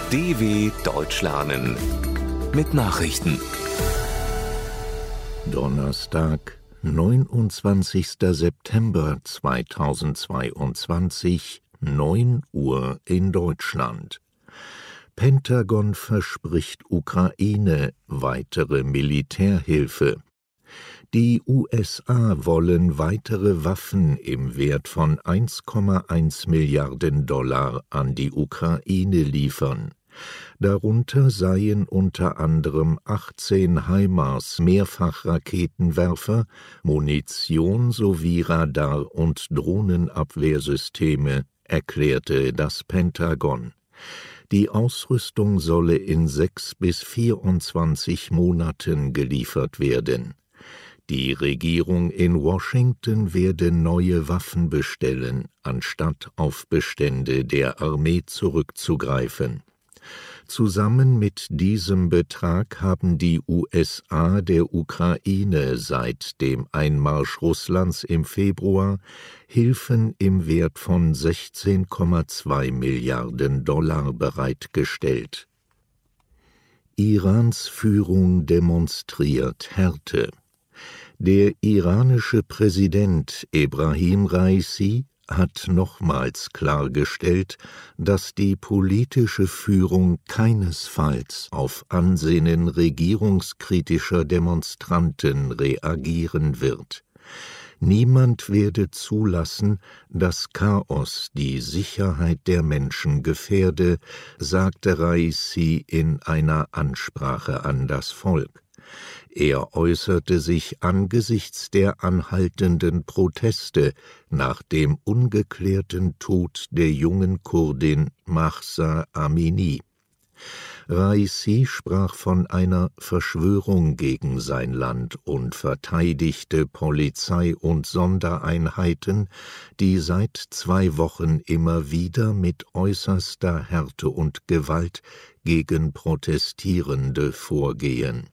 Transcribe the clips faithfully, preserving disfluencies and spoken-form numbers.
D W Deutsch lernen mit Nachrichten. Donnerstag, neunundzwanzigster September zweitausendzweiundzwanzig, neun Uhr in Deutschland. Pentagon verspricht Ukraine weitere Militärhilfe. Die U S A wollen weitere Waffen im Wert von eins Komma eins Milliarden Dollar an die Ukraine liefern. Darunter seien unter anderem achtzehn HIMARS-Mehrfachraketenwerfer, Munition sowie Radar- und Drohnenabwehrsysteme, erklärte das Pentagon. Die Ausrüstung solle in sechs bis vierundzwanzig Monaten geliefert werden. Die Regierung in Washington werde neue Waffen bestellen, anstatt auf Bestände der Armee zurückzugreifen. Zusammen mit diesem Betrag haben die U S A der Ukraine seit dem Einmarsch Russlands im Februar Hilfen im Wert von sechzehn Komma zwei Milliarden Dollar bereitgestellt. Irans Führung demonstriert Härte. Der iranische Präsident Ebrahim Raisi hat nochmals klargestellt, dass die politische Führung keinesfalls auf Ansinnen regierungskritischer Demonstranten reagieren wird. Niemand werde zulassen, dass Chaos die Sicherheit der Menschen gefährde, sagte Raisi in einer Ansprache an das Volk. Er äußerte sich angesichts der anhaltenden Proteste nach dem ungeklärten Tod der jungen Kurdin Mahsa Amini. Raisi sprach von einer Verschwörung gegen sein Land und verteidigte Polizei und Sondereinheiten, die seit zwei Wochen immer wieder mit äußerster Härte und Gewalt gegen Protestierende vorgehen.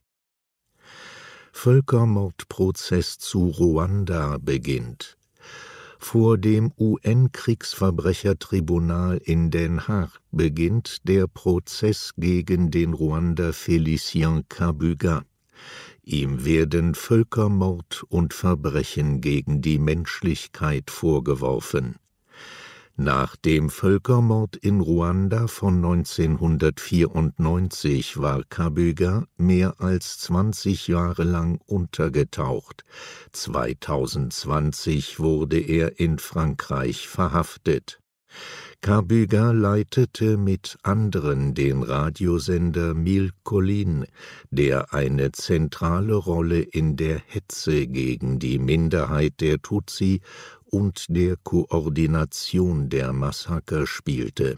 Völkermordprozess zu Ruanda beginnt. Vor dem U N-Kriegsverbrechertribunal in Den Haag beginnt der Prozess gegen den Ruander Félicien Kabuga. Ihm werden Völkermord und Verbrechen gegen die Menschlichkeit vorgeworfen. Nach dem Völkermord in Ruanda von neunzehnhundertvierundneunzig war Kabuga mehr als zwanzig Jahre lang untergetaucht. zweitausendzwanzig wurde er in Frankreich verhaftet. Kabuga leitete mit anderen den Radiosender Mille Collines, der eine zentrale Rolle in der Hetze gegen die Minderheit der Tutsi und der Koordination der Massaker spielte.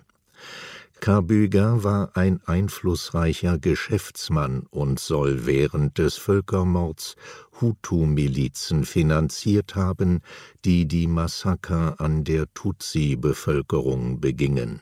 Kabuga war ein einflussreicher Geschäftsmann und soll während des Völkermords Hutu-Milizen finanziert haben, die die Massaker an der Tutsi-Bevölkerung begingen.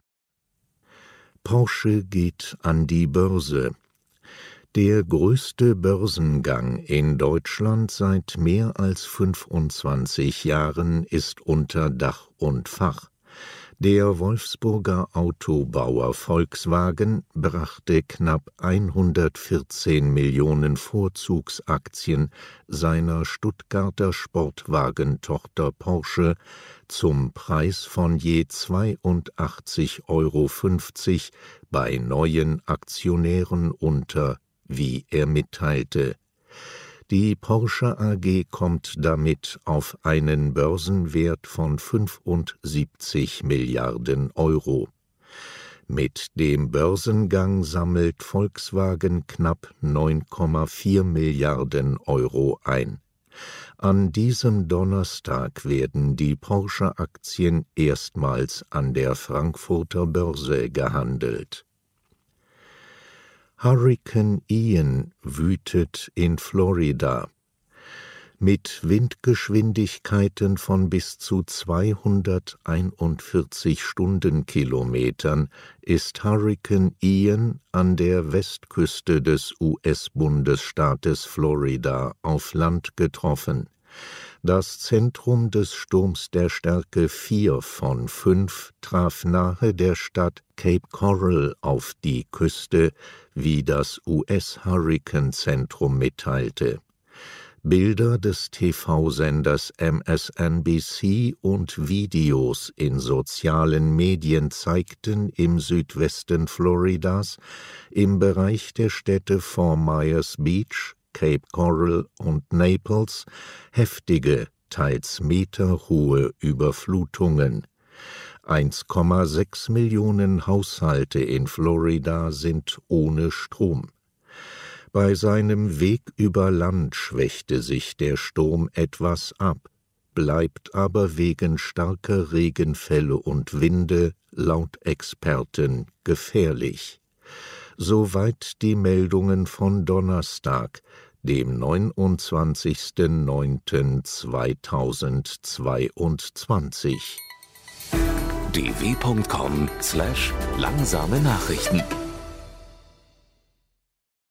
Porsche geht an die Börse. Der größte Börsengang in Deutschland seit mehr als fünfundzwanzig Jahren ist unter Dach und Fach. Der Wolfsburger Autobauer Volkswagen brachte knapp hundertvierzehn Millionen Vorzugsaktien seiner Stuttgarter Sportwagentochter Porsche zum Preis von je zweiundachtzig Euro fünfzig bei neuen Aktionären unter, wie er mitteilte. Die Porsche A G kommt damit auf einen Börsenwert von fünfundsiebzig Milliarden Euro. Mit dem Börsengang sammelt Volkswagen knapp neun Komma vier Milliarden Euro ein. An diesem Donnerstag werden die Porsche-Aktien erstmals an der Frankfurter Börse gehandelt. Hurrikan Ian wütet in Florida. Mit Windgeschwindigkeiten von bis zu zweihunderteinundvierzig Stundenkilometern ist Hurrikan Ian an der Westküste des U S-Bundesstaates Florida auf Land getroffen. Das Zentrum des Sturms der Stärke vier von fünf traf nahe der Stadt Cape Coral auf die Küste, wie das U S-Hurrikan-Zentrum mitteilte. Bilder des T V-Senders M S N B C und Videos in sozialen Medien zeigten im Südwesten Floridas, im Bereich der Städte Fort Myers Beach, Cape Coral und Naples, heftige, teils meterhohe Überflutungen. eins Komma sechs Millionen Haushalte in Florida sind ohne Strom. Bei seinem Weg über Land schwächte sich der Sturm etwas ab, bleibt aber wegen starker Regenfälle und Winde laut Experten gefährlich. Soweit die Meldungen von Donnerstag, dem neunundzwanzigsten neunten zweitausendzweiundzwanzig. d w punkt com slash langsame Nachrichten